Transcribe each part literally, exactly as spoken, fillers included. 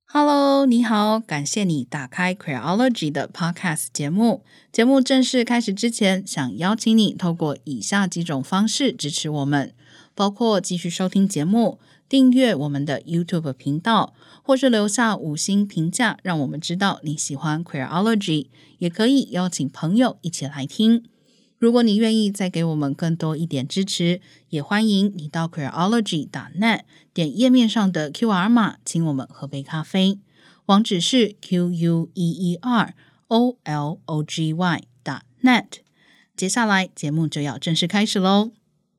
Hello， 你好，感谢你打开 Queerology 的 Podcast 节目。节目正式开始之前，想邀请你透过以下几种方式支持我们，包括继续收听节目、订阅我们的 YouTube 频道，或是留下五星评价，让我们知道你喜欢 Queerology， 也可以邀请朋友一起来听。如果你愿意再给我们更多一点支持，也欢迎你到 queerology 点 net 点页面上的 Q R 码，请我们喝杯咖啡。网址是 Q U E E R O L O G Y 点 net。接下来节目就要正式开始喽。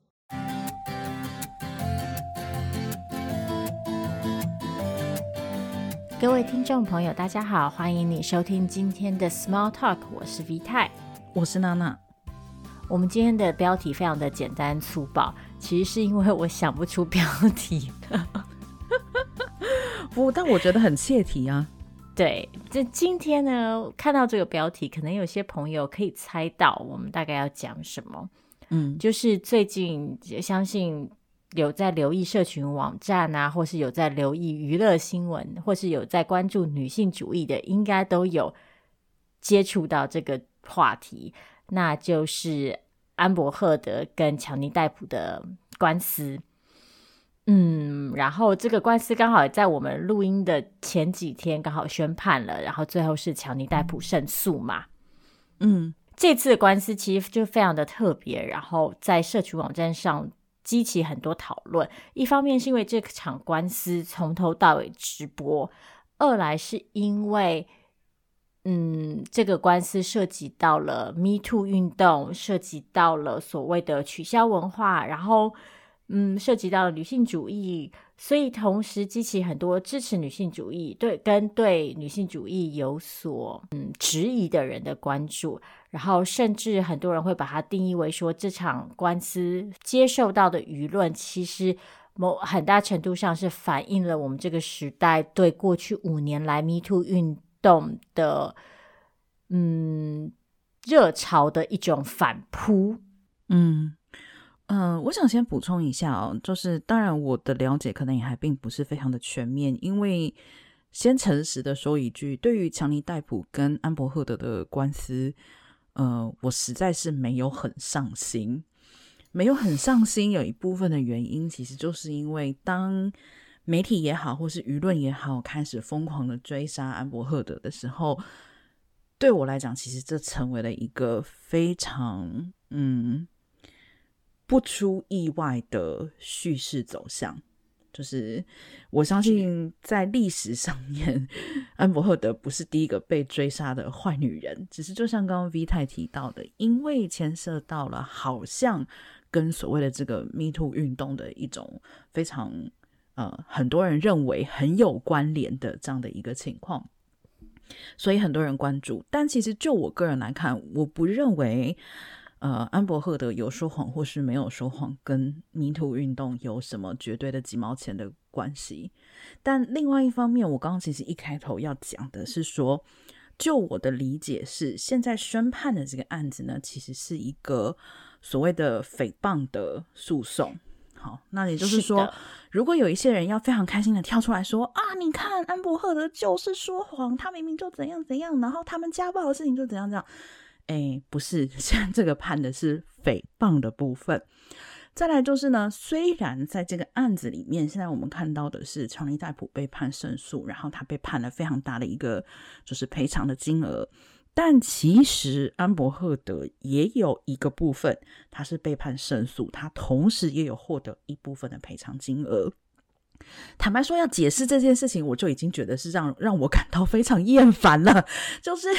各位听众朋友大家好，欢迎你收听今天的 Small Talk， 我是 V 太， 我是娜娜。 我们今天的标题非常的简单粗暴，其实是因为我想不出标题了不，但我觉得很切题啊。 对，这今天呢看到这个标题，可能有些朋友可以猜到我们大概要讲什么。嗯，就是最近相信有在留意社群网站啊，或是有在留意娱乐新闻，或是有在关注女性主义的，应该都有接触到这个话题，那就是安伯赫德跟强尼戴普的官司。嗯，然后这个官司刚好在我们录音的前几天刚好宣判了，然后最后是强尼戴普胜诉嘛。嗯，这次的官司其实就非常的特别，然后在社群网站上激起很多讨论。一方面是因为这场官司从头到尾直播，二来是因为嗯，这个官司涉及到了 Me Too 运动，涉及到了所谓的取消文化，然后嗯，涉及到了女性主义，所以同时激起很多支持女性主义对跟对女性主义有所嗯质疑的人的关注，然后甚至很多人会把它定义为说，这场官司接受到的舆论其实某很大程度上是反映了我们这个时代对过去五年来 Me Too 运动的嗯热潮的一种反扑。 嗯呃，我想先补充一下哦，就是当然我的了解可能也还并不是非常的全面，因为先诚实的说一句，对于强尼戴普跟安伯赫德的官司，呃，我实在是没有很上心，没有很上心，有一部分的原因其实就是因为当媒体也好，或是舆论也好，开始疯狂的追杀安伯赫德的时候，对我来讲，其实这成为了一个非常嗯。不出意外的叙事走向，就是我相信在历史上面安伯赫德不是第一个被追杀的坏女人，只是就像刚刚 V 太提到的，因为牵涉到了好像跟所谓的这个 Me Too 运动的一种非常呃很多人认为很有关联的这样的一个情况，所以很多人关注。但其实就我个人来看，我不认为呃，安伯赫德有说谎或是没有说谎跟 Me Too 运动有什么绝对的几毛钱的关系。但另外一方面，我刚刚其实一开头要讲的是说，就我的理解是，现在宣判的这个案子呢，其实是一个所谓的诽谤的诉讼。好，那也就是说是如果有一些人要非常开心的跳出来说啊，你看安伯赫德就是说谎，他明明就怎样怎样，然后他们家暴的事情就怎样怎样，哎，不是，现在这个判的是诽谤的部分。再来就是呢，虽然在这个案子里面，现在我们看到的是强尼戴普被判胜诉，然后他被判了非常大的一个就是赔偿的金额，但其实安伯赫德也有一个部分他是被判胜诉，他同时也有获得一部分的赔偿金额。坦白说，要解释这件事情，我就已经觉得是让让我感到非常厌烦了，就是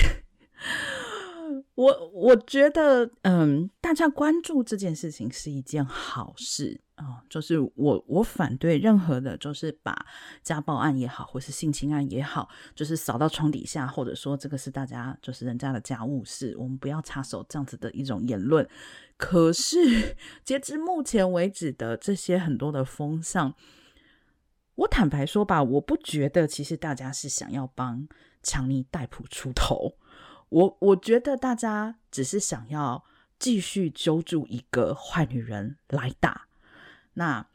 我我觉得嗯，大家关注这件事情是一件好事、哦、就是我我反对任何的就是把家暴案也好或是性侵案也好就是扫到床底下，或者说这个是大家就是人家的家务事，我们不要插手这样子的一种言论。可是截至目前为止的这些很多的风向，我坦白说吧，我不觉得其实大家是想要帮强尼戴普出头，我我觉得大家只是想要继续揪住一个坏女人来打。那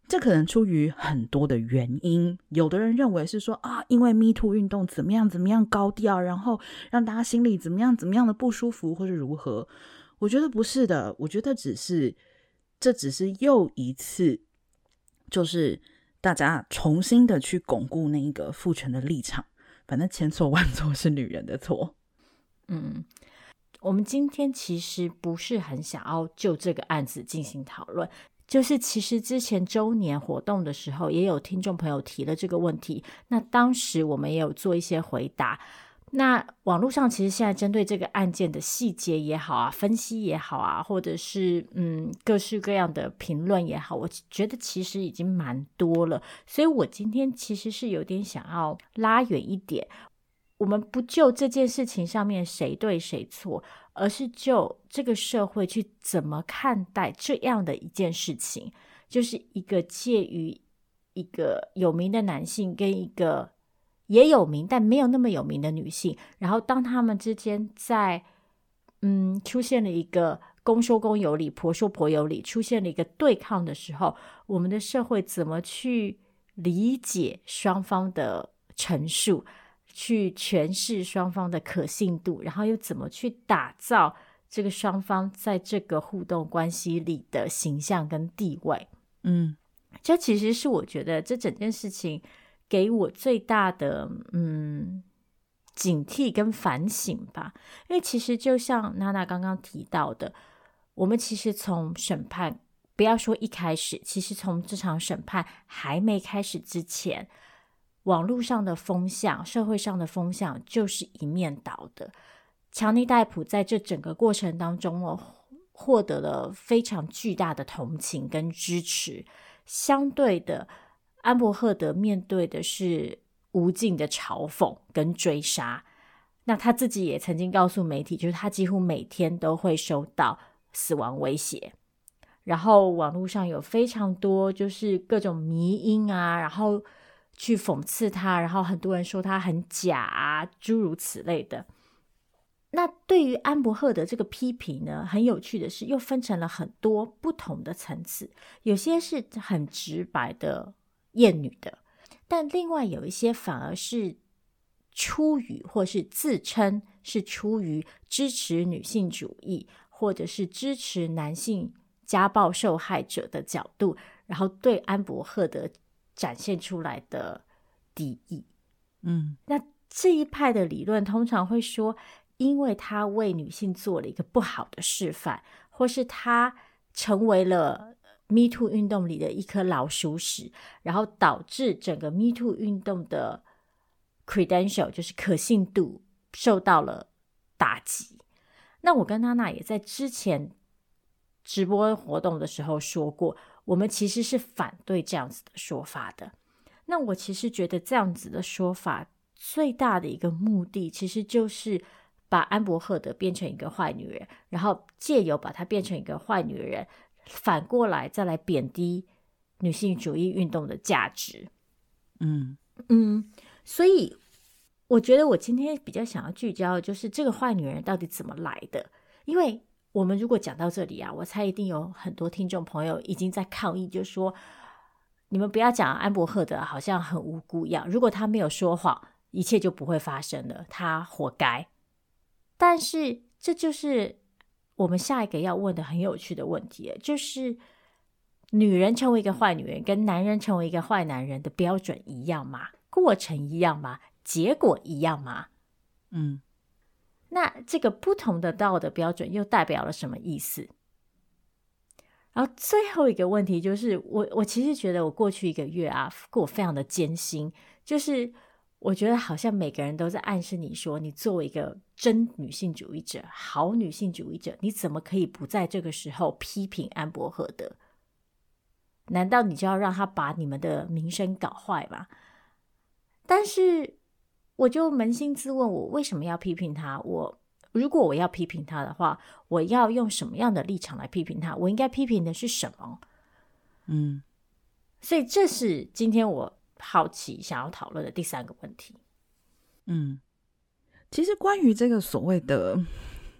这可能出于很多的原因，有的人认为是说啊，因为 Me Too 运动怎么样怎么样高调，然后让大家心里怎么样怎么样的不舒服或是如何。我觉得不是的，我觉得只是这只是又一次就是大家重新的去巩固那一个父权的立场，反正千错万错是女人的错。 嗯，我们今天其实不是很想要就这个案子进行讨论，就是其实之前周年活动的时候也有听众朋友提了这个问题，那当时我们也有做一些回答。那网络上其实现在针对这个案件的细节也好啊，分析也好啊，或者是嗯各式各样的评论也好，我觉得其实已经蛮多了，所以我今天其实是有点想要拉远一点，我们不就这件事情上面谁对谁错，而是就这个社会去怎么看待这样的一件事情，就是一个介于一个有名的男性跟一个也有名但没有那么有名的女性，然后当他们之间在嗯出现了一个公说公有理，婆说婆有理，出现了一个对抗的时候，我们的社会怎么去理解双方的陈述，去诠释双方的可信度，然后又怎么去打造这个双方在这个互动关系里的形象跟地位。 嗯， 这其实是我觉得这整件事情给我最大的嗯警惕跟反省吧。因为其实就像娜娜刚刚提到的，我们其实从审判，不要说一开始，其实从这场审判还没开始之前，网络上的风向，社会上的风向就是一面倒的。强尼戴普在这整个过程当中哦，获得了非常巨大的同情跟支持，相对的安伯赫德面对的是无尽的嘲讽跟追杀。那他自己也曾经告诉媒体，就是他几乎每天都会收到死亡威胁，然后网络上有非常多就是各种迷因啊，然后去讽刺他，然后很多人说他很假啊，诸如此类的。那对于安伯赫德这个批评呢，很有趣的是又分成了很多不同的层次，有些是很直白的厌女的，但另外有一些反而是出于或是自称是出于支持女性主义，或者是支持男性家暴受害者的角度，然后对安伯赫德展现出来的敌意。 嗯， 那这一派的理论通常会说，因为他为女性做了一个不好的示范，或是他成为了 Me Too 运动里的一颗老鼠屎，然后导致整个 Me Too 运动的 credential 就是可信度受到了打击。那我跟娜娜也在之前直播活动的时候说过，我们其实是反对这样子的说法的。那我其实觉得这样子的说法最大的一个目的，其实就是把安伯赫德变成一个坏女人，然后借由把她变成一个坏女人，反过来再来贬低女性主义运动的价值。 嗯嗯，所以我觉得我今天比较想要聚焦的就是这个坏女人到底怎么来的。因为我们如果讲到这里啊，我猜一定有很多听众朋友已经在抗议，就说你们不要讲安伯赫德好像很无辜一样，如果他没有说谎，一切就不会发生了，他活该。但是这就是我们下一个要问的很有趣的问题，就是女人成为一个坏女人跟男人成为一个坏男人的标准一样吗？过程一样吗？结果一样吗？ 嗯， 那这个不同的道德标准又代表了什么意思？然后最后一个问题就是我我其实觉得我过去一个月啊过非常的艰辛，就是我觉得好像每个人都在暗示你说，你作为一个真女性主义者，好女性主义者，你怎么可以不在这个时候批评安伯赫德？难道你就要让他把你们的名声搞坏吗？但是我就扪心自问，我为什么要批评他？我如果我要批评他的话，我要用什么样的立场来批评他？我应该批评的是什么？ 嗯， 所以这是今天我好奇想要讨论的第三个问题。 嗯，其实关于这个所谓的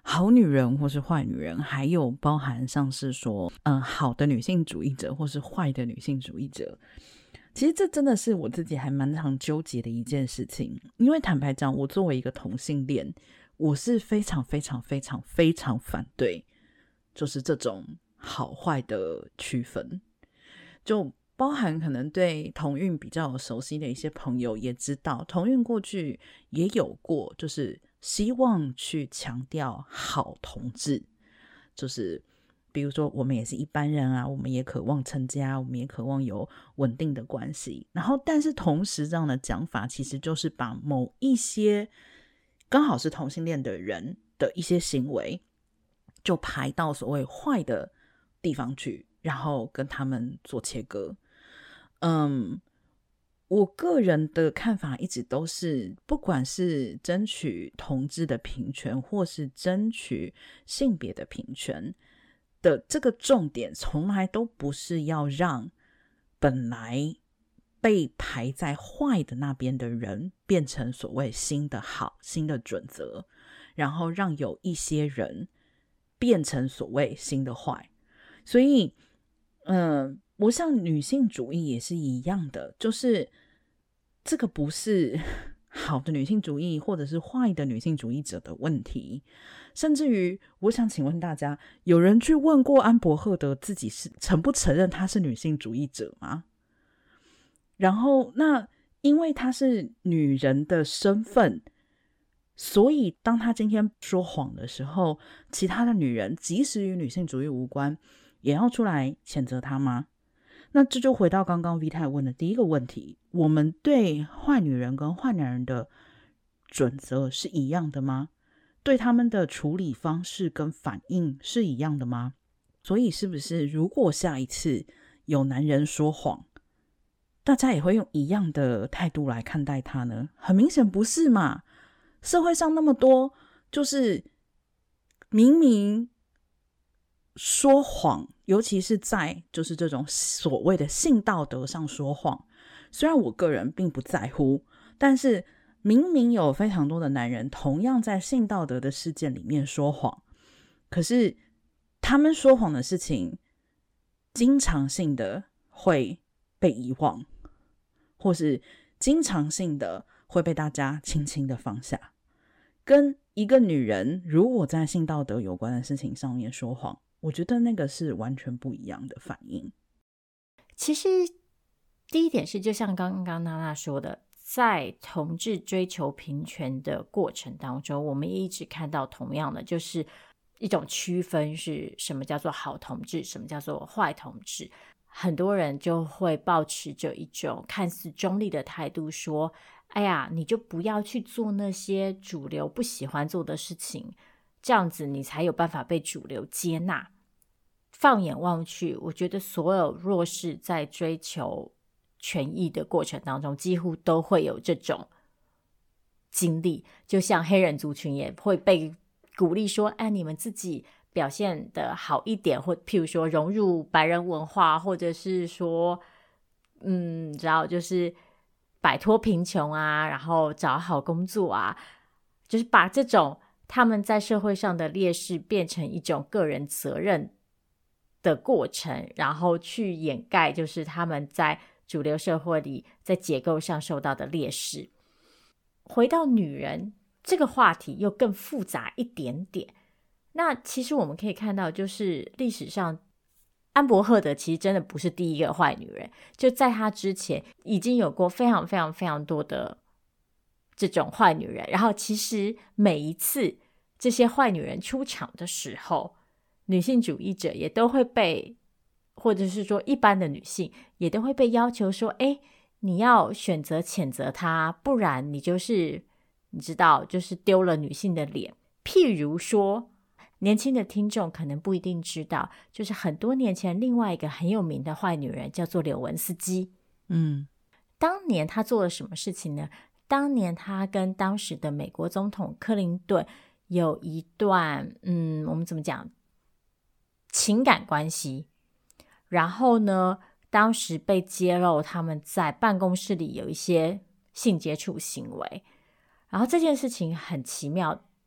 好女人或是坏女人，还有包含像是说嗯，好的女性主义者或是坏的女性主义者，其实这真的是我自己还蛮常纠结的一件事情。因为坦白讲，我作为一个同性恋，我是非常非常非常非常反对就是这种好坏的区分，就包含可能对同运比较熟悉的一些朋友也知道，同运过去也有过就是希望去强调好同志，就是比如说我们也是一般人啊，我们也渴望成家，我们也渴望有稳定的关系，然后但是同时这样的讲法其实就是把某一些刚好是同性恋的人的一些行为就排到所谓坏的地方去，然后跟他们做切割。嗯，我个人的看法一直都是，不管是争取同志的平权或是争取性别的平权的这个重点，从来都不是要让本来被排在坏的那边的人变成所谓新的好、新的准则，然后让有一些人变成所谓新的坏。所以嗯、呃，我想女性主义也是一样的，就是这个不是好的女性主义或者是坏的女性主义者的问题。甚至于我想请问大家，有人去问过安伯赫德自己是承不承认他是女性主义者吗？然后那因为他是女人的身份，所以当他今天说谎的时候，其他的女人即使与女性主义无关也要出来谴责他吗？那这就回到刚刚 V 太问的第一个问题，我们对坏女人跟坏男人的准则是一样的吗？对他们的处理方式跟反应是一样的吗？所以是不是如果下一次有男人说谎，大家也会用一样的态度来看待他呢？很明显不是嘛。社会上那么多就是明明说谎，尤其是在就是这种所谓的性道德上说谎，虽然我个人并不在乎，但是明明有非常多的男人同样在性道德的事件里面说谎，可是他们说谎的事情经常性的会被遗忘，或是经常性的会被大家轻轻的放下。跟一个女人如果在性道德有关的事情上面说谎，我觉得那个是完全不一样的反应。 其实第一点是就像刚刚娜娜说的，在同志追求平权的过程当中，我们也一直看到同样的就是一种区分，是什么叫做好同志，什么叫做坏同志。很多人就会抱持着一种看似中立的态度说，哎呀，你就不要去做那些主流不喜欢做的事情，这样子你才有办法被主流接纳。放眼望去，我觉得所有弱势在追求权益的过程当中几乎都会有这种经历，就像黑人族群也会被鼓励说，哎，你们自己表现的好一点，或譬如说融入白人文化，或者是说嗯，你知道就是摆脱贫穷啊，然后找好工作啊，就是把这种他们在社会上的劣势变成一种个人责任的过程，然后去掩盖就是他们在主流社会里在结构上受到的劣势。回到女人这个话题又更复杂一点点，那其实我们可以看到就是历史上安伯赫德其实真的不是第一个坏女人，就在她之前已经有过非常非常非常多的这种坏女人，然后其实每一次这些坏女人出场的时候，女性主义者也都会被，或者是说一般的女性也都会被要求说，哎，你要选择谴责她，不然你就是你知道就是丢了女性的脸。譬如说年轻的听众可能不一定知道，就是很多年前另外一个很有名的坏女人叫做柳文斯基。嗯，当年她做了什么事情呢？当年她跟当时的美国总统克林顿有一段嗯，我们怎么讲情感关系，然后呢当时被揭露他们在办公室里有一些性接触行为，然后这件事情很奇妙，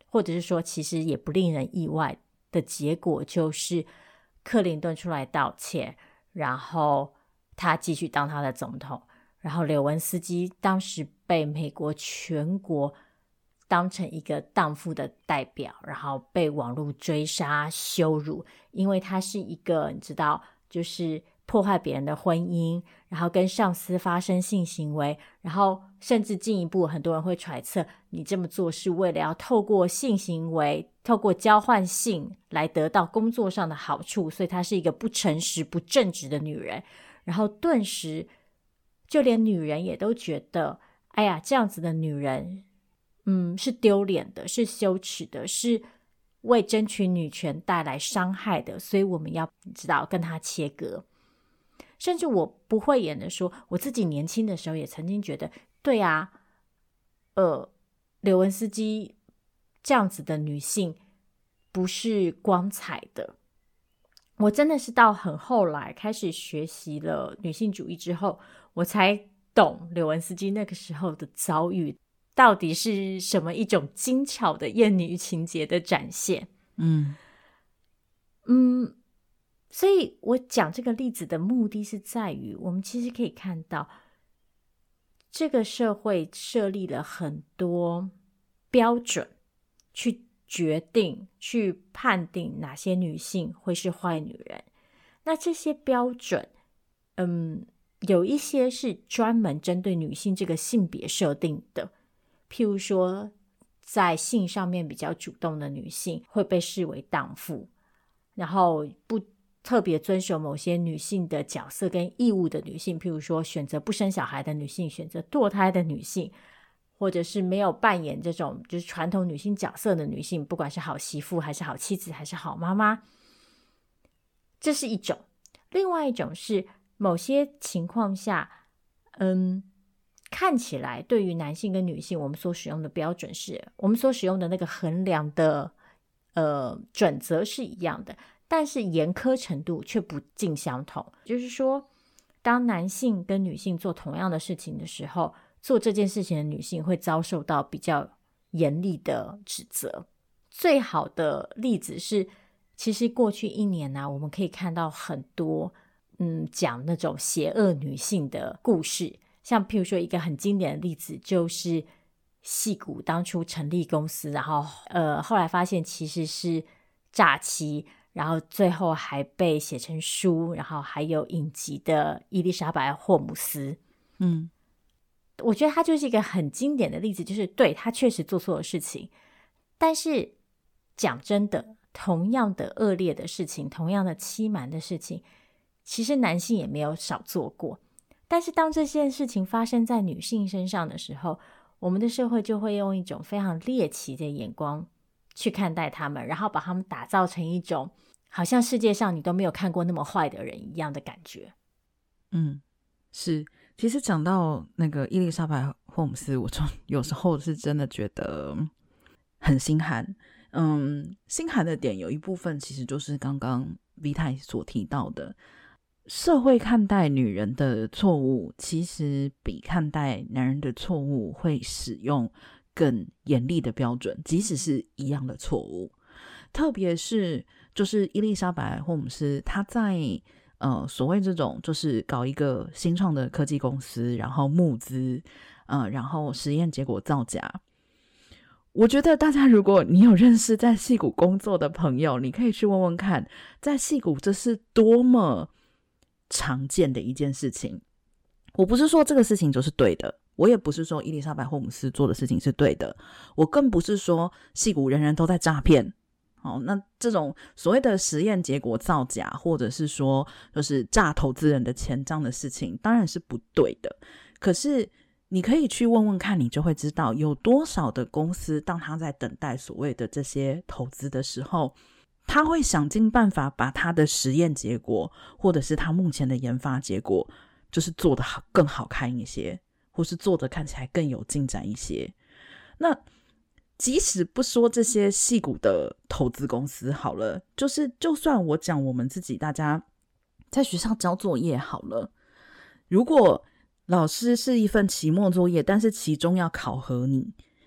或者是说其实也不令人意外的结果，就是克林顿出来道歉，然后他继续当他的总统，然后柳文斯基当时被美国全国当成一个荡妇的代表，然后被网络追杀羞辱，因为他是一个你知道就是破坏别人的婚姻，然后跟上司发生性行为，然后甚至进一步很多人会揣测你这么做是为了要透过性行为透过交换性来得到工作上的好处，所以她是一个不诚实不正直的女人。然后顿时就连女人也都觉得哎呀，这样子的女人嗯，是丢脸的，是羞耻的，是为争取女权带来伤害的，所以我们要知道跟她切割。甚至我不讳言的说，我自己年轻的时候也曾经觉得对啊，呃，柳文斯基这样子的女性不是光彩的。我真的是到很后来开始学习了女性主义之后，我才懂柳文斯基那个时候的遭遇到底是什么一种精巧的艳女情节的展现。 嗯嗯，所以我讲这个例子的目的是在于，我们其实可以看到这个社会设立了很多标准去决定去判定哪些女性会是坏女人。那这些标准嗯，有一些是专门针对女性这个性别设定的，譬如说在性上面比较主动的女性会被视为荡妇，然后不特别遵守某些女性的角色跟义务的女性，譬如说选择不生小孩的女性，选择堕胎的女性，或者是没有扮演这种就是传统女性角色的女性，不管是好媳妇还是好妻子还是好妈妈，这是一种。另外一种是某些情况下嗯，看起来对于男性跟女性我们所使用的标准是我们所使用的那个衡量的呃准则是一样的，但是严苛程度却不尽相同。就是说当男性跟女性做同样的事情的时候，做这件事情的女性会遭受到比较严厉的指责。最好的例子是其实过去一年啊，我们可以看到很多嗯讲那种邪恶女性的故事，像譬如说一个很经典的例子就是矽谷当初成立公司，然后呃后来发现其实是诈欺，然后最后还被写成书，然后还有影集的伊丽莎白霍姆斯。 嗯， 我觉得他就是一个很经典的例子，就是对他确实做错了事情，但是讲真的，同样的恶劣的事情，同样的欺瞒的事情，其实男性也没有少做过。但是当这件事情发生在女性身上的时候，我们的社会就会用一种非常猎奇的眼光去看待他们，然后把他们打造成一种好像世界上你都没有看过那么坏的人一样的感觉。 嗯，是。其实讲到那个伊丽莎白霍姆斯，我就有时候是真的觉得很心寒。嗯，心寒的点有一部分其实就是刚刚 V 太所提到的，社会看待女人的错误其实比看待男人的错误会使用更严厉的标准，即使是一样的错误。特别是就是伊丽莎白霍姆斯她在呃所谓这种就是搞一个新创的科技公司，然后募资呃然后实验结果造假。我觉得大家如果你有认识在矽谷工作的朋友，你可以去问问看，在矽谷这是多么常见的一件事情。我不是说这个事情就是对的，我也不是说伊丽莎白霍姆斯做的事情是对的，我更不是说矽谷人人都在诈骗。好，那这种所谓的实验结果造假，或者是说就是诈投资人的钱这样的事情当然是不对的。可是你可以去问问看，你就会知道有多少的公司当他在等待所谓的这些投资的时候，他会想尽办法把他的实验结果或者是他目前的研发结果就是做得好更好看一些，或是做得看起来更有进展一些。那即使不说这些矽谷的投资公司好了，就是就算我讲我们自己大家在学校交作业好了，如果老师是一份期末作业，但是期中要考核你，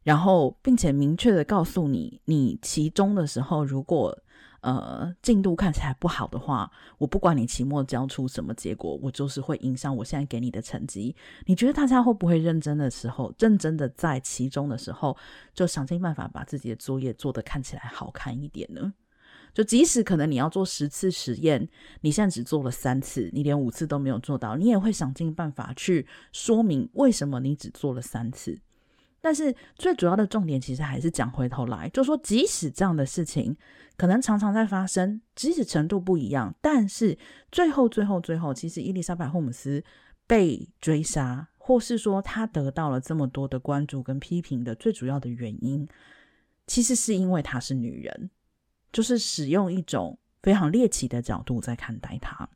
然后并且明确的告诉你，你期中的时候如果呃进度看起来不好的话，我不管你期末交出什么结果，我就是会影响我现在给你的成绩。你觉得大家会不会认真的时候，认真的在期中的时候就想尽办法把自己的作业做得看起来好看一点呢？就即使可能你要做十次实验，你现在只做了三次，你连五次都没有做到，你也会想尽办法去说明为什么你只做了三次。但是最主要的重点其实还是讲回头来，就说即使这样的事情可能常常在发生，即使程度不一样，但是最后最后最后其实伊丽莎白·霍姆斯被追杀，或是说她得到了这么多的关注跟批评的最主要的原因，其实是因为她是女人，就是使用一种非常猎奇的角度在看待她。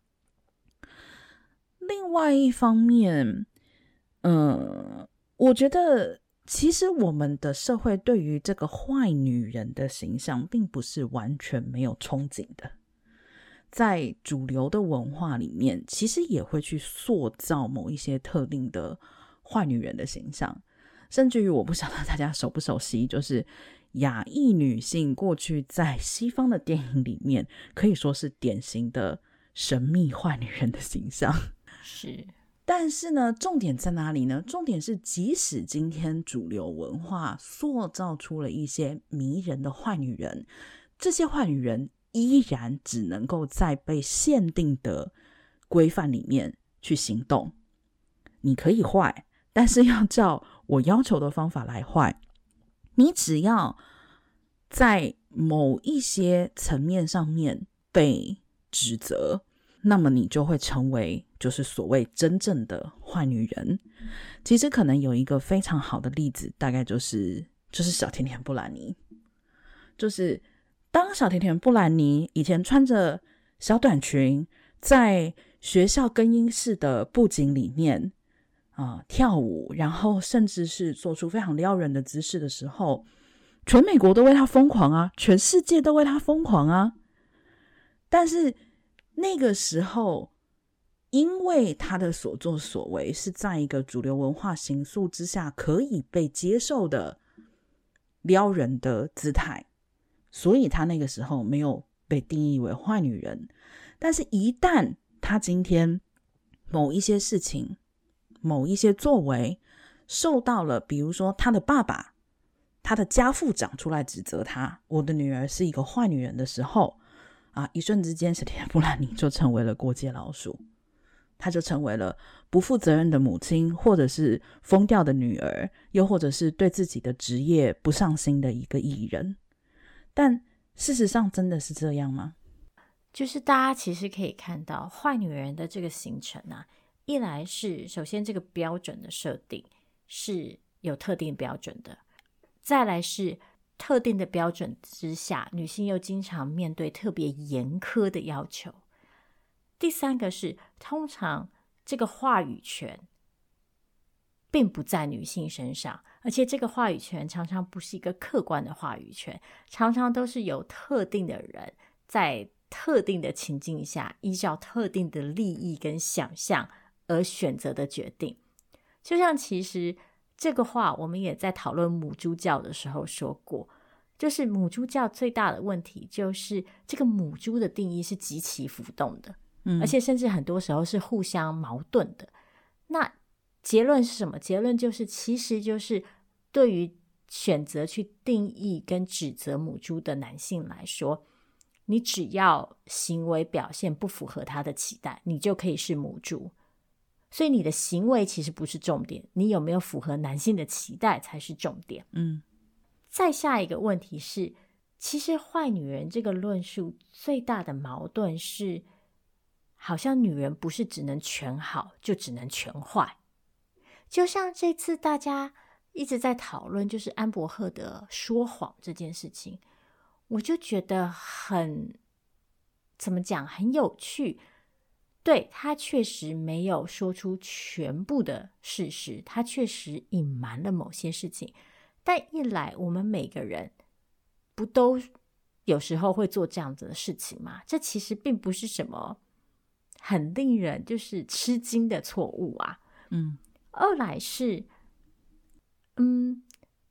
另外一方面，嗯，我觉得其实我们的社会对于这个坏女人的形象并不是完全没有憧憬的，在主流的文化里面其实也会去塑造某一些特定的坏女人的形象，甚至于我不晓得大家熟不熟悉，就是亚裔女性过去在西方的电影里面可以说是典型的神秘坏女人的形象。 是， 但是呢，重点在哪里呢？重点是即使今天主流文化塑造出了一些迷人的坏女人，这些坏女人依然只能够在被限定的规范里面去行动。你可以坏，但是要照我要求的方法来坏。你只要在某一些层面上面被指责，那么你就会成为就是所谓真正的坏女人。其实可能有一个非常好的例子，大概就是就是小甜甜布兰妮。就是当小甜甜布兰妮以前穿着小短裙在学校更衣室的布景里面呃、跳舞，然后甚至是做出非常撩人的姿势的时候，全美国都为她疯狂啊，全世界都为她疯狂啊。但是那个时候因为她的所作所为是在一个主流文化形塑之下可以被接受的撩人的姿态，所以她那个时候没有被定义为坏女人。但是一旦她今天某一些事情某一些作为受到了比如说她的爸爸她的家父长出来指责她，我的女儿是一个坏女人的时候啊，一瞬之间小甜甜布兰妮就成为了过街老鼠，她就成为了不负责任的母亲，或者是疯掉的女儿，又或者是对自己的职业不上心的一个艺人。但事实上真的是这样吗？ 就是大家其实可以看到坏女人的这个形成啊，一来是首先这个标准的设定是有特定标准的，再来是特定的标准之下女性又经常面对特别严苛的要求，第三个是通常这个话语权并不在女性身上，而且这个话语权常常不是一个客观的话语权，常常都是由特定的人在特定的情境下依照特定的利益跟想象而选择的决定。就像其实这个话我们也在讨论母猪教的时候说过，就是母猪教最大的问题就是这个母猪的定义是极其浮动的、嗯、而且甚至很多时候是互相矛盾的。那结论是什么？结论就是其实就是对于选择去定义跟指责母猪的男性来说，你只要行为表现不符合他的期待，你就可以是母猪。所以你的行为其实不是重点，你有没有符合男性的期待才是重点。嗯，再下一个问题是，其实坏女人这个论述最大的矛盾是，好像女人不是只能全好就只能全坏。就像这次大家一直在讨论就是安伯赫的说谎这件事情，我就觉得很怎么讲很有趣。对，他确实没有说出全部的事实，他确实隐瞒了某些事情，但一来我们每个人不都有时候会做这样子的事情吗？这其实并不是什么很令人就是吃惊的错误啊。嗯，二来是嗯，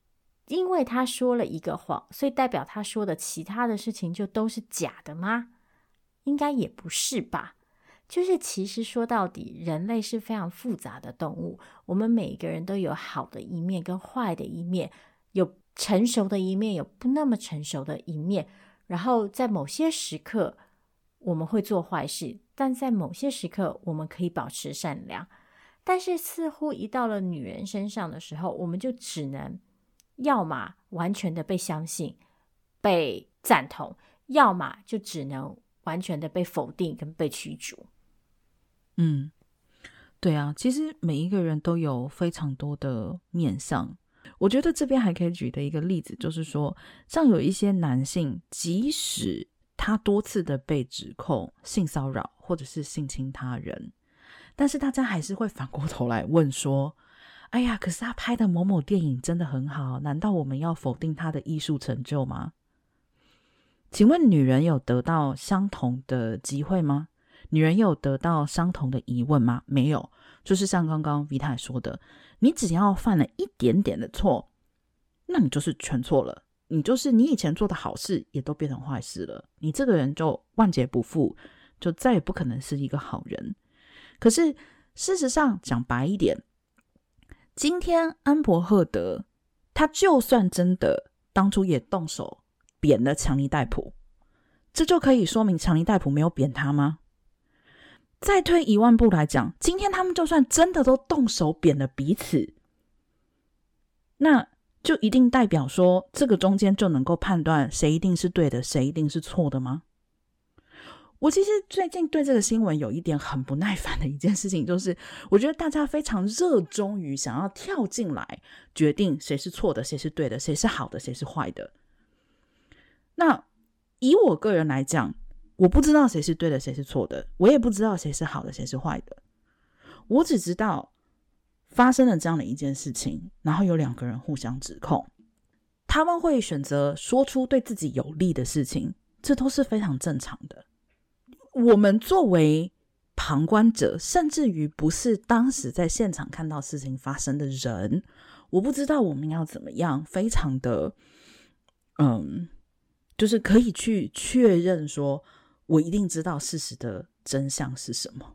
因为他说了一个谎，所以代表他说的其他的事情就都是假的吗？应该也不是吧。就是其实说到底，人类是非常复杂的动物，我们每一个人都有好的一面跟坏的一面，有成熟的一面，有不那么成熟的一面，然后在某些时刻我们会做坏事，但在某些时刻我们可以保持善良。但是似乎一到了女人身上的时候，我们就只能要么完全的被相信被赞同，要么就只能完全的被否定跟被驱逐。 嗯，对啊，其实每一个人都有非常多的面向。我觉得这边还可以举的一个例子就是说，像有一些男性，即使他多次的被指控性骚扰或者是性侵他人，但是大家还是会反过头来问说，哎呀，可是他拍的某某电影真的很好，难道我们要否定他的艺术成就吗？请问女人有得到相同的机会吗？女人有得到相同的疑问吗？没有。就是像刚刚 Vita 说的，你只要犯了一点点的错，那你就是全错了，你就是你以前做的好事也都变成坏事了，你这个人就万劫不复，就再也不可能是一个好人。可是事实上讲白一点，今天安伯赫德他就算真的当初也动手扁了强尼戴普，这就可以说明强尼戴普没有扁他吗？再推一万步来讲，今天他们就算真的都动手扁了彼此，那就一定代表说这个中间就能够判断谁一定是对的，谁一定是错的吗？我其实最近对这个新闻有一点很不耐烦的一件事情，就是我觉得大家非常热衷于想要跳进来决定谁是错的，谁是对的，谁是好的，谁是坏的。那以我个人来讲，我不知道谁是对的，谁是错的，我也不知道谁是好的，谁是坏的。我只知道发生了这样的一件事情，然后有两个人互相指控，他们会选择说出对自己有利的事情，这都是非常正常的。我们作为旁观者，甚至于不是当时在现场看到事情发生的人，我不知道我们要怎么样非常的嗯，就是可以去确认说我一定知道事实的真相是什么。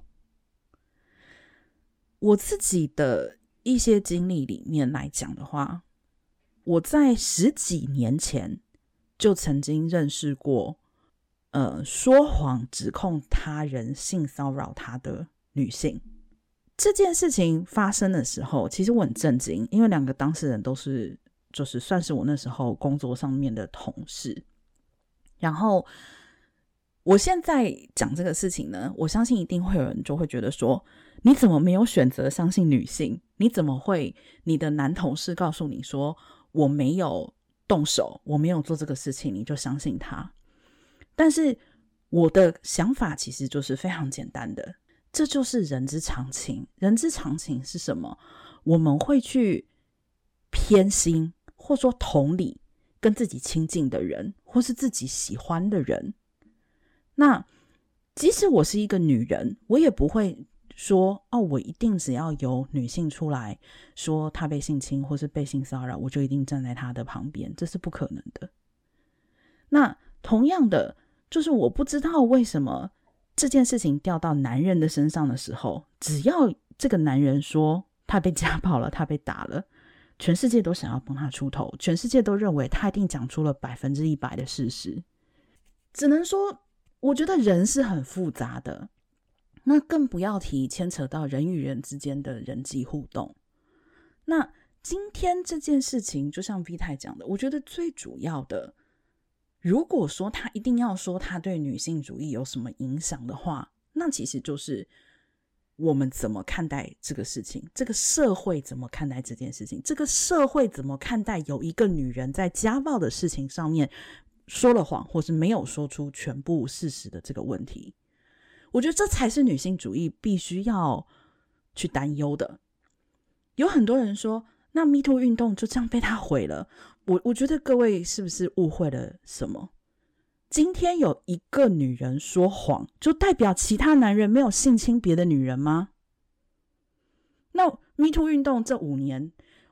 我自己的一些经历里面来讲的话，我在十几年前就曾经认识过呃，说谎指控他人性骚扰他的女性。这件事情发生的时候，其实我很震惊，因为两个当事人都是就是算是我那时候工作上面的同事。然后我现在讲这个事情呢，我相信一定会有人就会觉得说，你怎么没有选择相信女性？你怎么会你的男同事告诉你说我没有动手，我没有做这个事情，你就相信他？但是我的想法其实就是非常简单的，这就是人之常情。人之常情是什么？我们会去偏心或说同理跟自己亲近的人，或是自己喜欢的人。那即使我是一个女人，我也不会说哦，我一定只要有女性出来说她被性侵或是被性骚扰，我就一定站在她的旁边，这是不可能的。那同样的，就是我不知道为什么这件事情掉到男人的身上的时候，只要这个男人说他被家暴了，他被打了，全世界都想要帮他出头，全世界都认为他一定讲出了百分之一百的事实。只能说我觉得人是很复杂的，那更不要提牵扯到人与人之间的人际互动。那今天这件事情就像 Vita 讲的，我觉得最主要的，如果说他一定要说他对女性主义有什么影响的话，那其实就是我们怎么看待这个事情，这个社会怎么看待这件事情，这个社会怎么看待有一个女人在家暴的事情上面说了谎，或是没有说出全部事实的这个问题。我觉得这才是女性主义必须要去担忧的。有很多人说，那 Me Too 运动就这样被他毁了。我我觉得各位是不是误会了什么？今天有一个女人说谎，就代表其他男人没有性侵别的女人吗？那 Me Too 运动这五年，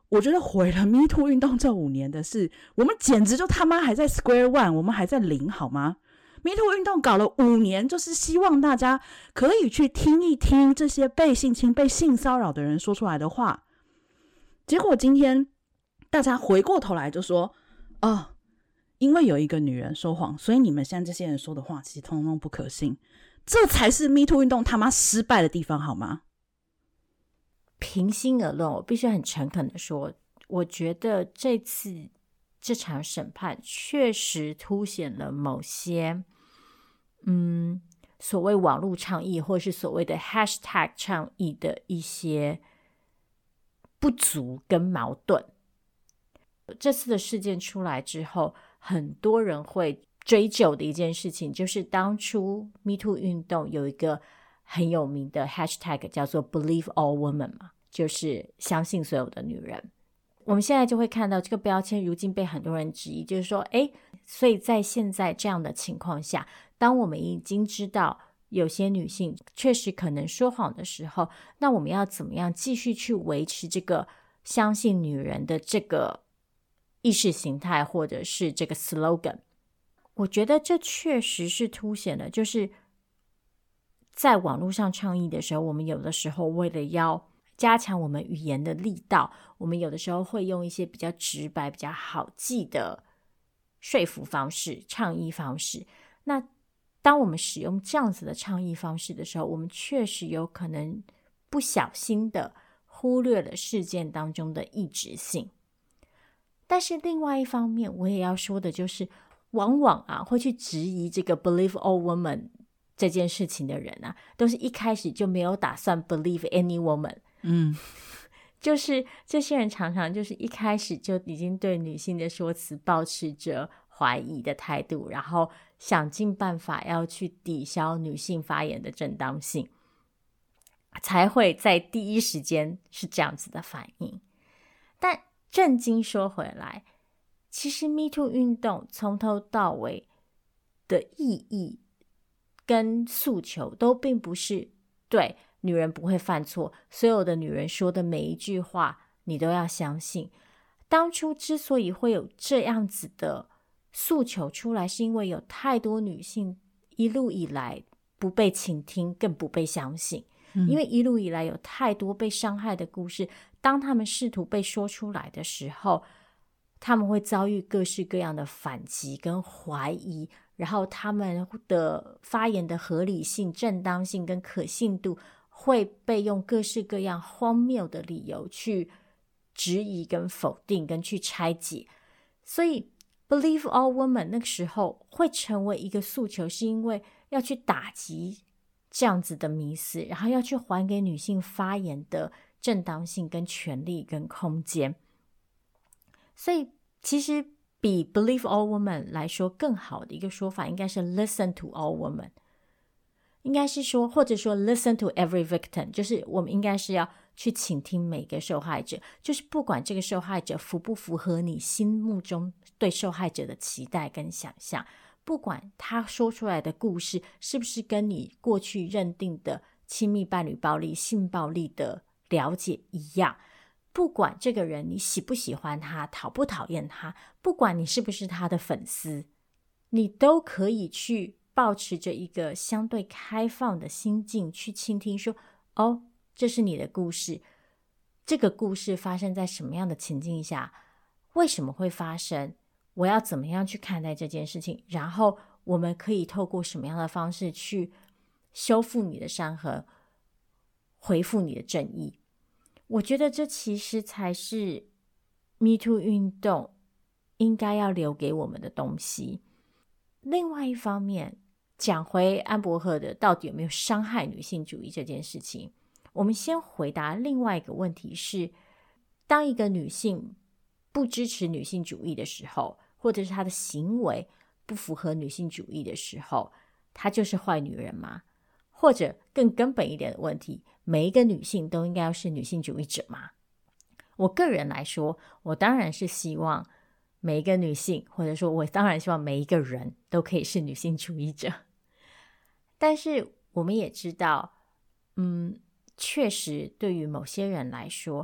我觉得毁了 Me Too 运动这五年的是，我们简直就他妈还在 Square One， 我们还在零好吗？ Me Too 运动搞了五年，就是希望大家可以去听一听这些被性侵、被性骚扰的人说出来的话。结果今天大家回过头来就说，哦，因为有一个女人说谎，所以你们现在这些人说的话其实通通不可信。这才是 Me Too 运动他妈失败的地方好吗？ 平心而论，我必须很诚恳的说，我觉得这次这场审判确实凸显了某些嗯，所谓网络倡议或是所谓的 hashtag 倡议的一些不足跟矛盾。这次的事件出来之后，很多人会追究的一件事情，就是当初 Me Too 运动有一个很有名的 hashtag 叫做 Believe All Women 嘛，就是相信所有的女人。我们现在就会看到这个标签如今被很多人质疑，就是说诶，所以在现在这样的情况下，当我们已经知道有些女性确实可能说谎的时候，那我们要怎么样继续去维持这个相信女人的这个意识形态或者是这个 slogan。 我觉得这确实是凸显了，就是在网络上倡议的时候，我们有的时候为了要加强我们语言的力道，我们有的时候会用一些比较直白比较好记的说服方式、倡议方式。那当我们使用这样子的倡议方式的时候，我们确实有可能不小心的忽略了事件当中的异质性。但是另外一方面，我也要说的就是，往往啊会去质疑这个 Believe All Women 这件事情的人啊，都是一开始就没有打算 Believe Any Woman。嗯，就是这些人常常就是一开始就已经对女性的说辞抱持着怀疑的态度，然后想尽办法要去抵消女性发言的正当性，才会在第一时间是这样子的反应。但正经说回来，其实 Me Too 运动从头到尾的意义跟诉求都并不是对女人不会犯错，所有的女人说的每一句话你都要相信。当初之所以会有这样子的诉求出来，是因为有太多女性一路以来不被倾听，更不被相信。嗯、因为一路以来有太多被伤害的故事，当他们试图被说出来的时候，他们会遭遇各式各样的反击跟怀疑，然后他们的发言的合理性、正当性跟可信度会被用各式各样荒谬的理由去质疑跟否定跟去拆解。所以 Believe All Women 那个时候会成为一个诉求，是因为要去打击这样子的迷思，然后要去还给女性发言的正当性跟权利跟空间。所以其实比 Believe All Women 来说更好的一个说法应该是 Listen to All Women， 应该是说，或者说 Listen to every victim， 就是我们应该是要去倾听每个受害者，就是不管这个受害者符不符合你心目中对受害者的期待跟想象，不管他说出来的故事是不是跟你过去认定的亲密伴侣暴力、性暴力的了解一样，不管这个人你喜不喜欢他、讨不讨厌他，不管你是不是他的粉丝，你都可以去抱持着一个相对开放的心境去倾听，说哦，这是你的故事，这个故事发生在什么样的情境下，为什么会发生，我要怎么样去看待这件事情，然后我们可以透过什么样的方式去修复你的伤痕，恢复你的正义。我觉得这其实才是 Me Too 运动应该要留给我们的东西。另外一方面，讲回安伯赫的到底有没有伤害女性主义这件事情，我们先回答另外一个问题是，当一个女性不支持女性主义的时候，或者是她的行为不符合女性主义的时候，她就是坏女人吗？或者更根本一点的问题，每一个女性都应该要是女性主义者吗？我个人来说，我当然是希望每一个女性，或者说我当然希望每一个人都可以是女性主义者。但是我们也知道，嗯，确实对于某些人来说，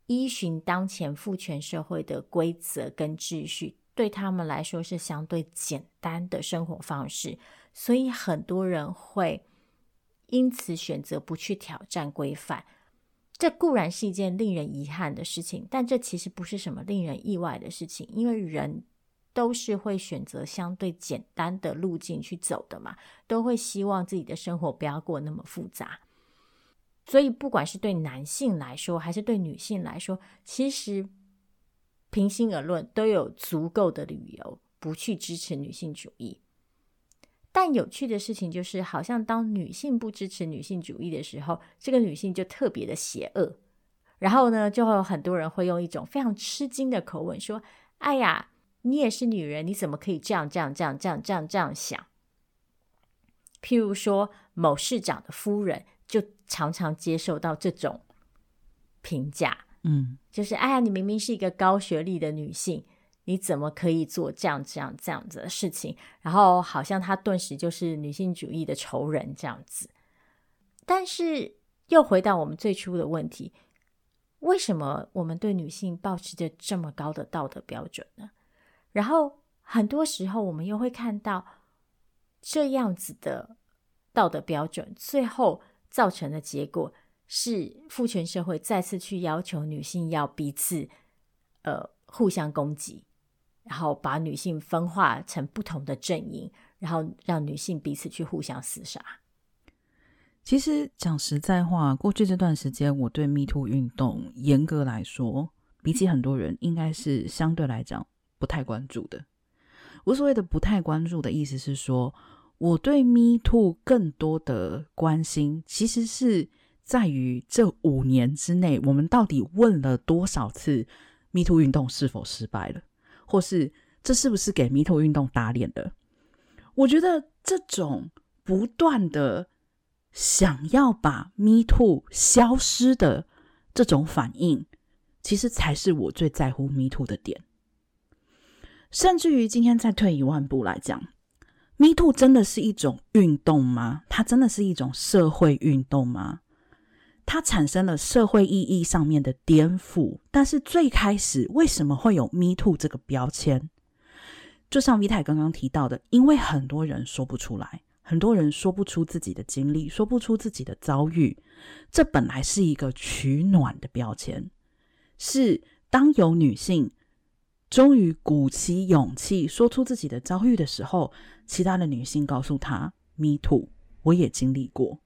依循当前父权社会的规则跟秩序，对他们来说是相对简单的生活方式，所以很多人会因此选择不去挑战规范。这固然是一件令人遗憾的事情，但这其实不是什么令人意外的事情，因为人都是会选择相对简单的路径去走的嘛，都会希望自己的生活不要过那么复杂。所以不管是对男性来说还是对女性来说，其实平心而论都有足够的理由不去支持女性主义。但有趣的事情就是，好像当女性不支持女性主义的时候，这个女性就特别的邪恶。然后呢，就会有很多人会用一种非常吃惊的口吻说，哎呀，你也是女人，你怎么可以这样这样这样这样这样这样想？譬如说某市长的夫人就常常接受到这种评价，嗯，就是哎呀，你明明是一个高学历的女性，你怎么可以做这样这样这样子的事情？然后好像她顿时就是女性主义的仇人这样子。但是又回到我们最初的问题，为什么我们对女性抱持着这么高的道德标准呢？然后很多时候我们又会看到这样子的道德标准最后造成的结果是父权社会再次去要求女性要彼此呃互相攻击，然后把女性分化成不同的阵营，然后让女性彼此去互相厮杀。 其实讲实在话，过去这段时间我对 Me Too 运动严格来说，比起很多人应该是相对来讲不太关注的。我所谓的不太关注的意思是说，我对 Me Too 更多的关心其实是在于这五年之内我们到底问了多少次 Me Too 运动是否失败了，或是这是不是给 Me Too 运动打脸了。我觉得这种不断的想要把 Me Too 消失的这种反应，其实才是我最在乎 Me Too 的点。甚至于今天再退一万步来讲， Me Too 真的是一种运动吗？它真的是一种社会运动吗？它产生了社会意义上面的颠覆，但是最开始为什么会有 Me Too 这个标签？就像 Vita 刚刚提到的，因为很多人说不出来，很多人说不出自己的经历，说不出自己的遭遇，这本来是一个取暖的标签，是当有女性终于鼓起勇气说出自己的遭遇的时候，其他的女性告诉她 Me Too 我也经历过。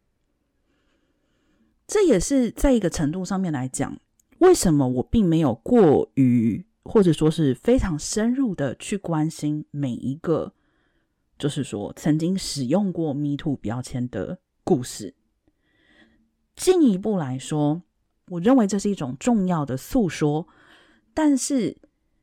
这也是在一个程度上面来讲，为什么我并没有过于或者说是非常深入的去关心每一个就是说曾经使用过 Me Too 标签的故事。进一步来说，我认为这是一种重要的诉说，但是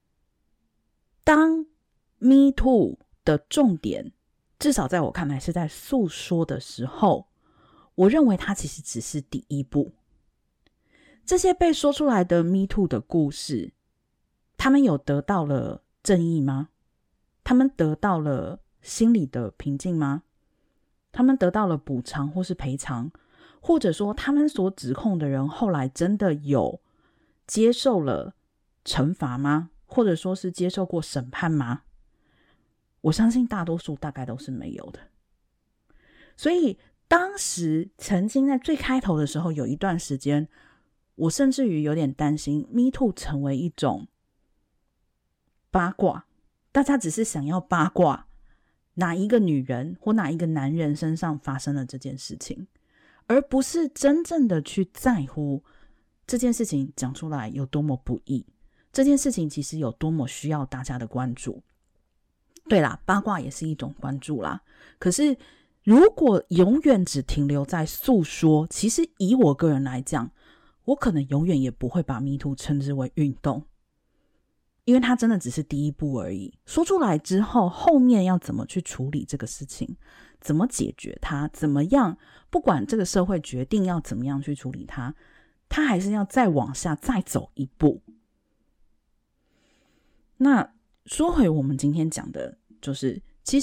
当 Me Too 的重点至少在我看来是在诉说的时候，我认为它其实只是第一步。这些被说出来的 Me Too 的故事，他们有得到了正义吗？他们得到了心理的平静吗？他们得到了补偿或是赔偿？或者说他们所指控的人后来真的有接受了惩罚吗？或者说是接受过审判吗？我相信大多数大概都是没有的。所以当时曾经在最开头的时候有一段时间，我甚至于有点担心 Me Too 成为一种八卦，大家只是想要八卦哪一个女人或哪一个男人身上发生了这件事情，而不是真正的去在乎这件事情讲出来有多么不易，这件事情其实有多么需要大家的关注。对啦，八卦也是一种关注啦，可是如果永远只停留在诉说，其实以我个人来讲，我可能永远也不会把 Me Too 称之为运动，因为它真的只是第一步而已。说出来之后，后面要怎么去处理这个事情，怎么解决它，怎么样，不管这个社会决定要怎么样去处理它，它还是要再往下再走一步。那说回我们今天讲的，就是其实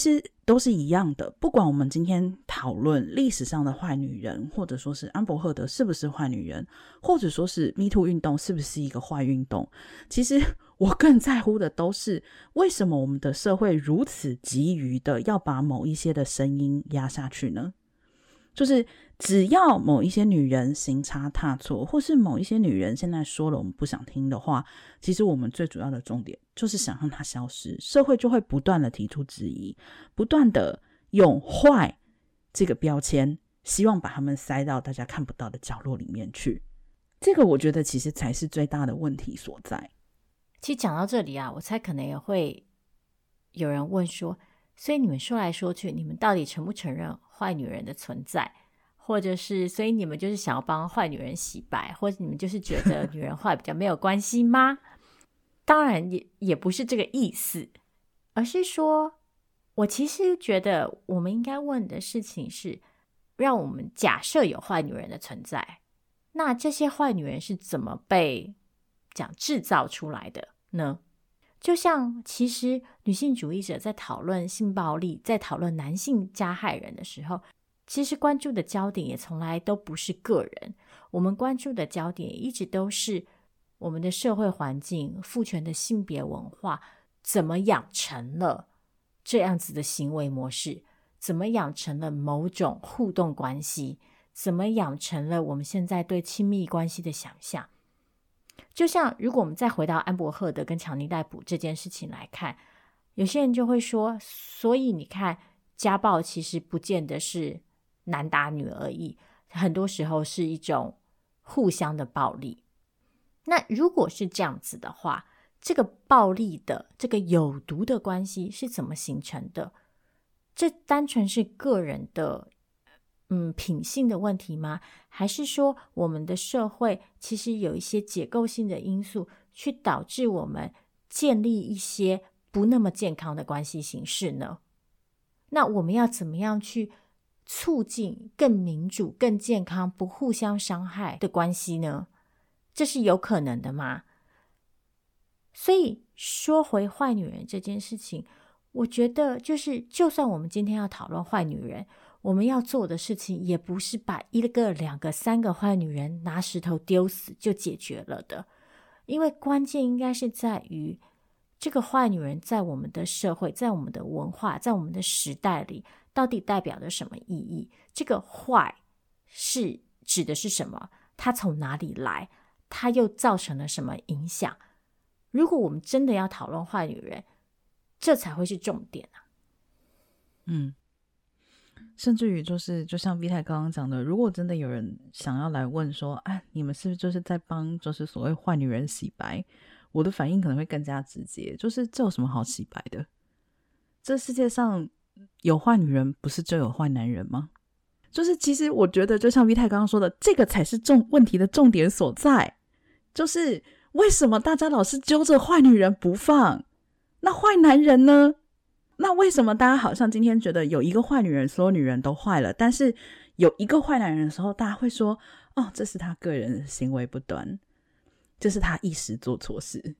都是一样的，不管我们今天讨论历史上的坏女人，或者说是安伯赫德是不是坏女人，或者说是 Me Too 运动是不是一个坏运动，其实我更在乎的都是为什么我们的社会如此急于的要把某一些的声音压下去呢？就是只要某一些女人行差踏错，或是某一些女人现在说了我们不想听的话，其实我们最主要的重点就是想让她消失，社会就会不断的提出质疑，不断的用坏这个标签，希望把他们塞到大家看不到的角落里面去。这个我觉得其实才是最大的问题所在。 其实讲到这里啊，我猜可能也会有人问说，所以你们说来说去，你们到底承不承认坏女人的存在？或者是所以你们就是想要帮坏女人洗白，或者你们就是觉得女人坏比较没有关系吗？当然 也, 也不是这个意思，而是说我其实觉得我们应该问的事情是，让我们假设有坏女人的存在，那这些坏女人是怎么被讲制造出来的呢？就像其实女性主义者在讨论性暴力，在讨论男性加害人的时候，其实关注的焦点也从来都不是个人，我们关注的焦点一直都是我们的社会环境、父权的性别文化怎么养成了这样子的行为模式，怎么养成了某种互动关系，怎么养成了我们现在对亲密关系的想象。就像如果我们再回到安伯赫德跟强尼戴普这件事情来看，有些人就会说，所以你看家暴其实不见得是男打女而已，很多时候是一种互相的暴力。那如果是这样子的话，这个暴力的这个有毒的关系是怎么形成的？这单纯是个人的嗯品性的问题吗？还是说我们的社会其实有一些结构性的因素去导致我们建立一些不那么健康的关系形式呢？那我们要怎么样去促进更民主、更健康、不互相伤害的关系呢？这是有可能的吗？所以说回坏女人这件事情，我觉得就是就算我们今天要讨论坏女人，我们要做的事情也不是把一个、两个、三个坏女人拿石头丢死就解决了的，因为关键应该是在于这个坏女人在我们的社会、在我们的文化、在我们的时代里到底代表着什么意义？这个坏是指的是什么？它从哪里来？它又造成了什么影响？如果我们真的要讨论坏女人，这才会是重点啊。 嗯，甚至于就是就像 Vita 刚刚讲的，如果真的有人想要来问说，哎，你们是不是就是在帮就是所谓坏女人洗白？我的反应可能会更加直接，就是这有什么好洗白的？这世界上有坏女人，不是就有坏男人吗？就是其实我觉得就像 Vita 刚刚说的，这个才是重问题的重点所在，就是为什么大家老是揪着坏女人不放？那坏男人呢？那为什么大家好像今天觉得有一个坏女人，所有女人都坏了，但是有一个坏男人的时候，大家会说，哦，这是他个人的行为不端，这是他一时做错事。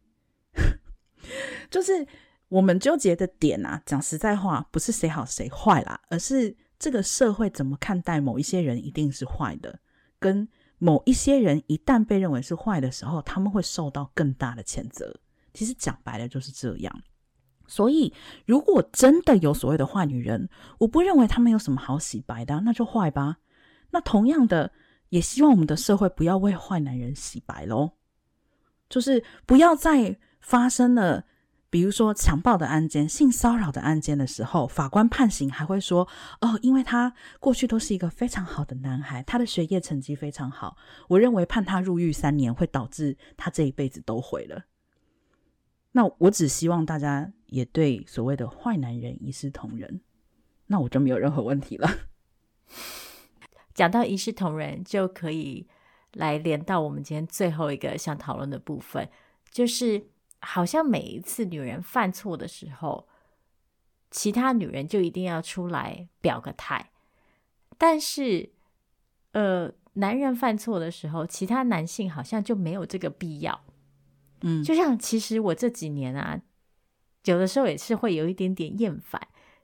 就是我们纠结的点啊，讲实在话，不是谁好谁坏啦，而是这个社会怎么看待某一些人一定是坏的，跟某一些人一旦被认为是坏的时候，他们会受到更大的谴责。其实讲白了就是这样。所以如果真的有所谓的坏女人，我不认为他们有什么好洗白的、啊、那就坏吧。那同样的，也希望我们的社会不要为坏男人洗白咯，就是不要再发生了比如说强暴的案件、性骚扰的案件的时候，法官判刑还会说，哦，因为他过去都是一个非常好的男孩，他的学业成绩非常好，我认为判他入狱三年会导致他这一辈子都毁了。那我只希望大家也对所谓的坏男人一视同仁，那我就没有任何问题了。 讲到一视同仁，就可以来连到我们今天最后一个想讨论的部分，就是好像每一次女人犯错的时候，其他女人就一定要出来表个态，但是呃，男人犯错的时候，其他男性好像就没有这个必要。嗯，就像其实我这几年啊，有的时候也是会有一点点厌烦，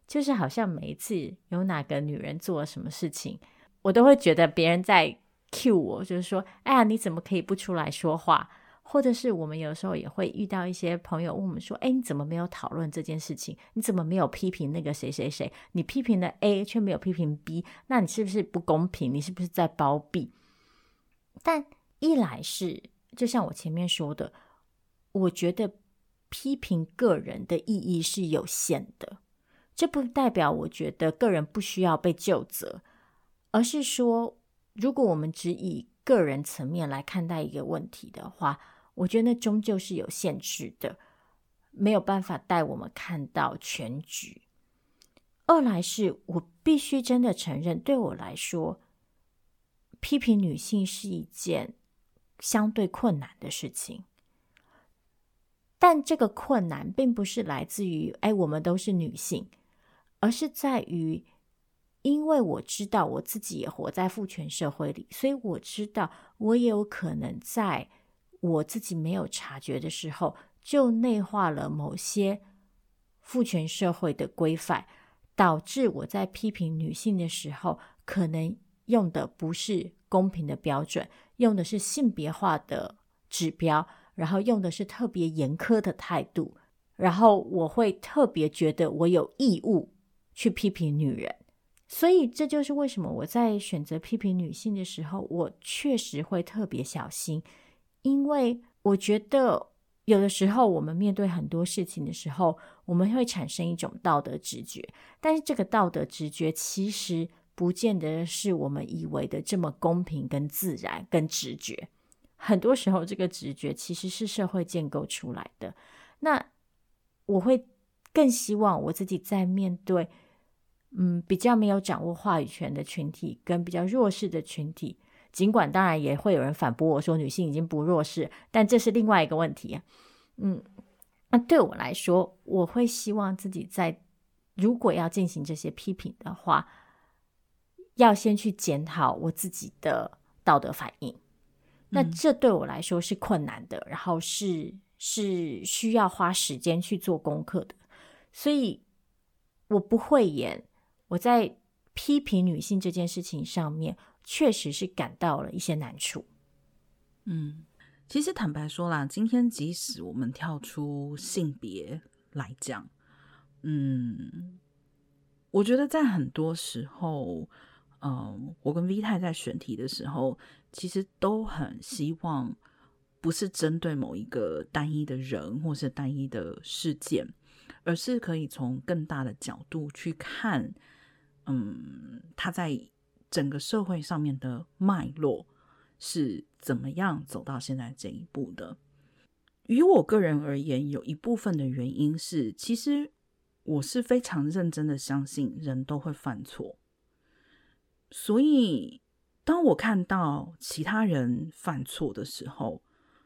就是好像每一次有哪个女人做了什么事情，我都会觉得别人在 cue 我，就是说哎呀你怎么可以不出来说话，或者是我们有时候也会遇到一些朋友问我们说，哎，你怎么没有讨论这件事情？你怎么没有批评那个谁谁谁？你批评了 A 却没有批评 B， 那你是不是不公平？你是不是在包庇？但一来是就像我前面说的，我觉得批评个人的意义是有限的，这不代表我觉得个人不需要被究责，而是说如果我们只以个人层面来看待一个问题的话，我觉得那终究是有限制的，没有办法带我们看到全局。二来是我必须真的承认，对我来说批评女性是一件相对困难的事情，但这个困难并不是来自于哎，我们都是女性，而是在于因为我知道我自己也活在父权社会里，所以我知道我也有可能在我自己没有察觉的时候就内化了某些父权社会的规范，导致我在批评女性的时候可能用的不是公平的标准，用的是性别化的指标，然后用的是特别严苛的态度，然后我会特别觉得我有义务去批评女人。所以这就是为什么我在选择批评女性的时候，我确实会特别小心，因为我觉得有的时候我们面对很多事情的时候，我们会产生一种道德直觉，但是这个道德直觉其实不见得是我们以为的这么公平跟自然跟直觉，很多时候这个直觉其实是社会建构出来的。那我会更希望我自己在面对嗯，比较没有掌握话语权的群体跟比较弱势的群体，尽管当然也会有人反驳我说女性已经不弱势，但这是另外一个问题。嗯，那对我来说，我会希望自己在如果要进行这些批评的话，要先去检讨我自己的道德反应。那这对我来说是困难的，然后是是需要花时间去做功课的，所以我不会演。我在批评女性这件事情上面确实是感到了一些难处。 嗯，其实坦白说啦，今天即使我们跳出性别来讲，嗯，我觉得在很多时候嗯，我跟 V 太在选题的时候其实都很希望不是针对某一个单一的人或是单一的事件，而是可以从更大的角度去看嗯，他在整个社会上面的脉络是怎么样走到现在这一步的。于我个人而言，有一部分的原因是其实我是非常认真的相信人都会犯错，所以当我看到其他人犯错的时候，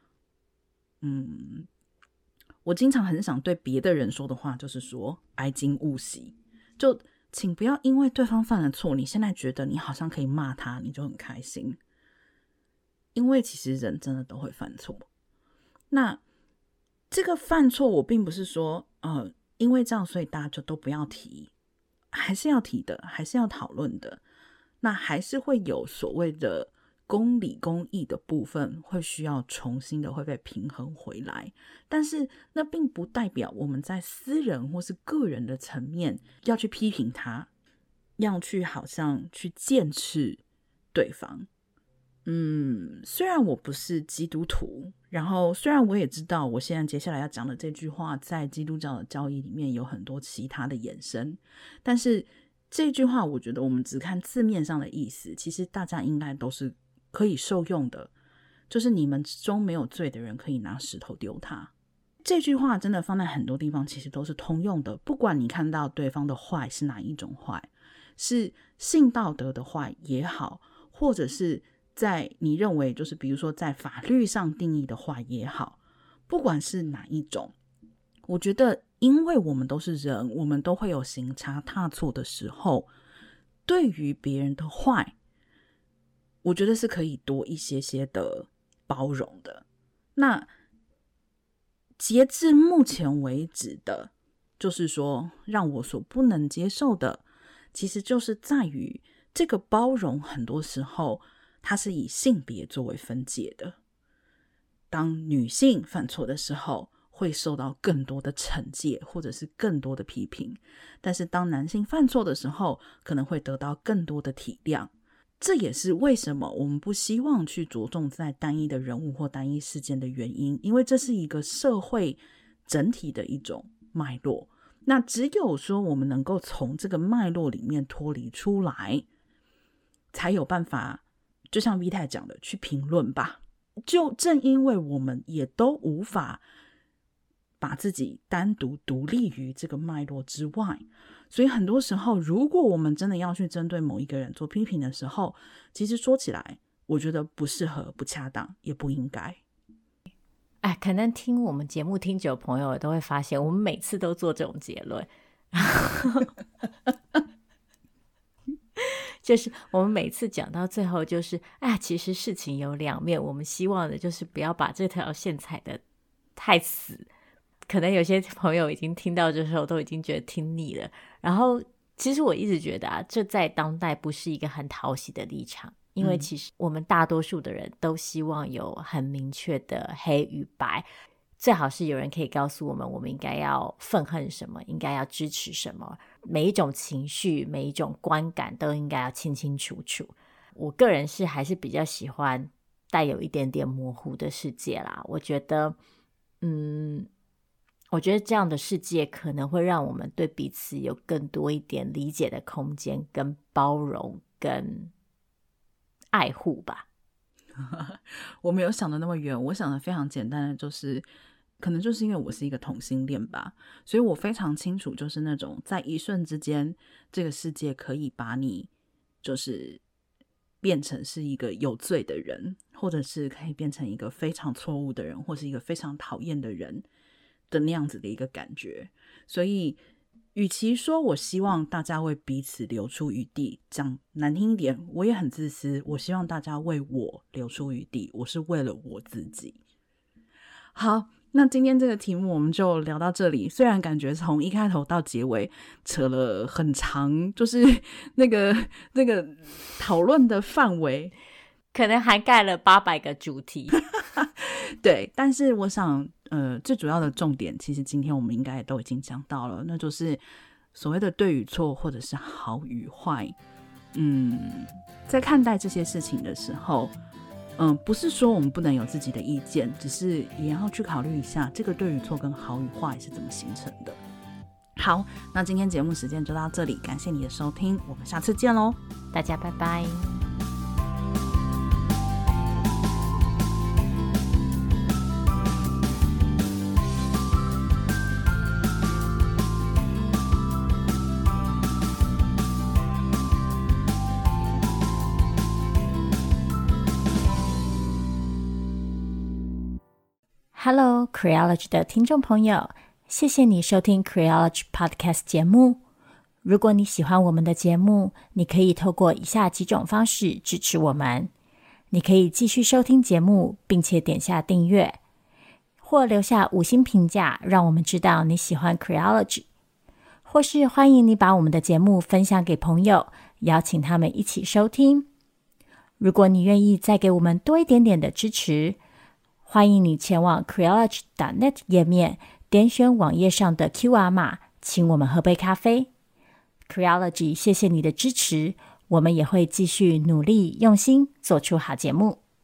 嗯，我经常很想对别的人说的话就是说哀矜勿喜，就请不要因为对方犯了错，你现在觉得你好像可以骂他，你就很开心。因为其实人真的都会犯错。那这个犯错，我并不是说，呃，因为这样所以大家就都不要提，还是要提的，还是要讨论的。那还是会有所谓的公理公义的部分会需要重新的会被平衡回来，但是那并不代表我们在私人或是个人的层面要去批评他，要去好像去剑斥对方。嗯，虽然我不是基督徒，然后虽然我也知道我现在接下来要讲的这句话在基督教的教义里面有很多其他的衍生，但是这句话我觉得我们只看字面上的意思，其实大家应该都是可以受用的，就是你们之中没有罪的人可以拿石头丢他。这句话真的放在很多地方其实都是通用的，不管你看到对方的坏是哪一种坏，是性道德的坏也好，或者是在你认为就是比如说在法律上定义的坏也好，不管是哪一种，我觉得因为我们都是人，我们都会有行差踏错的时候，对于别人的坏我觉得是可以多一些些的包容的。那截至目前为止的就就是说让我所不能接受的，其实就是在于这个包容很多时候它是以性别作为分界的。当女性犯错的时候会受到更多的惩戒或者是更多的批评，但是当男性犯错的时候可能会得到更多的体谅。这也是为什么我们不希望去着重在单一的人物或单一事件的原因，因为这是一个社会整体的一种脉络。那只有说我们能够从这个脉络里面脱离出来，才有办法就像 V 太讲的去评论吧。就正因为我们也都无法把自己单独独立于这个脉络之外，所以很多时候如果我们真的要去针对某一个人做批评的时候，其实说起来我觉得不适合、不恰当，也不应该。 哎，可能听我们节目听久的朋友都会发现我们每次都做这种结论就是我们每次讲到最后就是啊，其实事情有两面，我们希望的就是不要把这条线踩得太死。可能有些朋友已经听到这时候都已经觉得听腻了，然后其实我一直觉得啊，这在当代不是一个很讨喜的立场，因为其实我们大多数的人都希望有很明确的黑与白，最好是有人可以告诉我们我们应该要愤恨什么，应该要支持什么，每一种情绪每一种观感都应该要清清楚楚。我个人是还是比较喜欢带有一点点模糊的世界啦，我觉得嗯我觉得这样的世界可能会让我们对彼此有更多一点理解的空间跟包容跟爱护吧。 我没有想的那么远，我想的非常简单的就是可能就是因为我是一个同性恋吧，所以我非常清楚就是那种在一瞬之间这个世界可以把你就是变成是一个有罪的人，或者是可以变成一个非常错误的人，或是一个非常讨厌的人的那样子的一个感觉。所以与其说我希望大家为彼此留出余地，讲难听一点我也很自私，我希望大家为我留出余地，我是为了我自己。好，那今天这个题目我们就聊到这里，虽然感觉从一开头到结尾扯了很长，就是那个那个讨论的范围可能涵盖了八百个主题对，但是我想呃，最主要的重点其实今天我们应该也都已经讲到了，那就是所谓的对与错或者是好与坏。嗯，在看待这些事情的时候嗯，不是说我们不能有自己的意见，只是也要去考虑一下这个对与错跟好与坏是怎么形成的。好，那今天节目时间就到这里，感谢你的收听，我们下次见咯， 大家拜拜。Hello Creology 的听众朋友，谢谢你收听 Creology Podcast 节目。如果你喜欢我们的节目，你可以透过以下几种方式支持我们。你可以继续收听节目，并且点下订阅，或留下五星评价，让我们知道你喜欢 Creology。或是欢迎你把我们的节目分享给朋友，邀请他们一起收听。如果你愿意再给我们多一点点的支持，欢迎你前往 creology dot net 页面，点选网页上的 Q R 码，请我们喝杯咖啡。Creology 谢谢你的支持，我们也会继续努力用心做出好节目。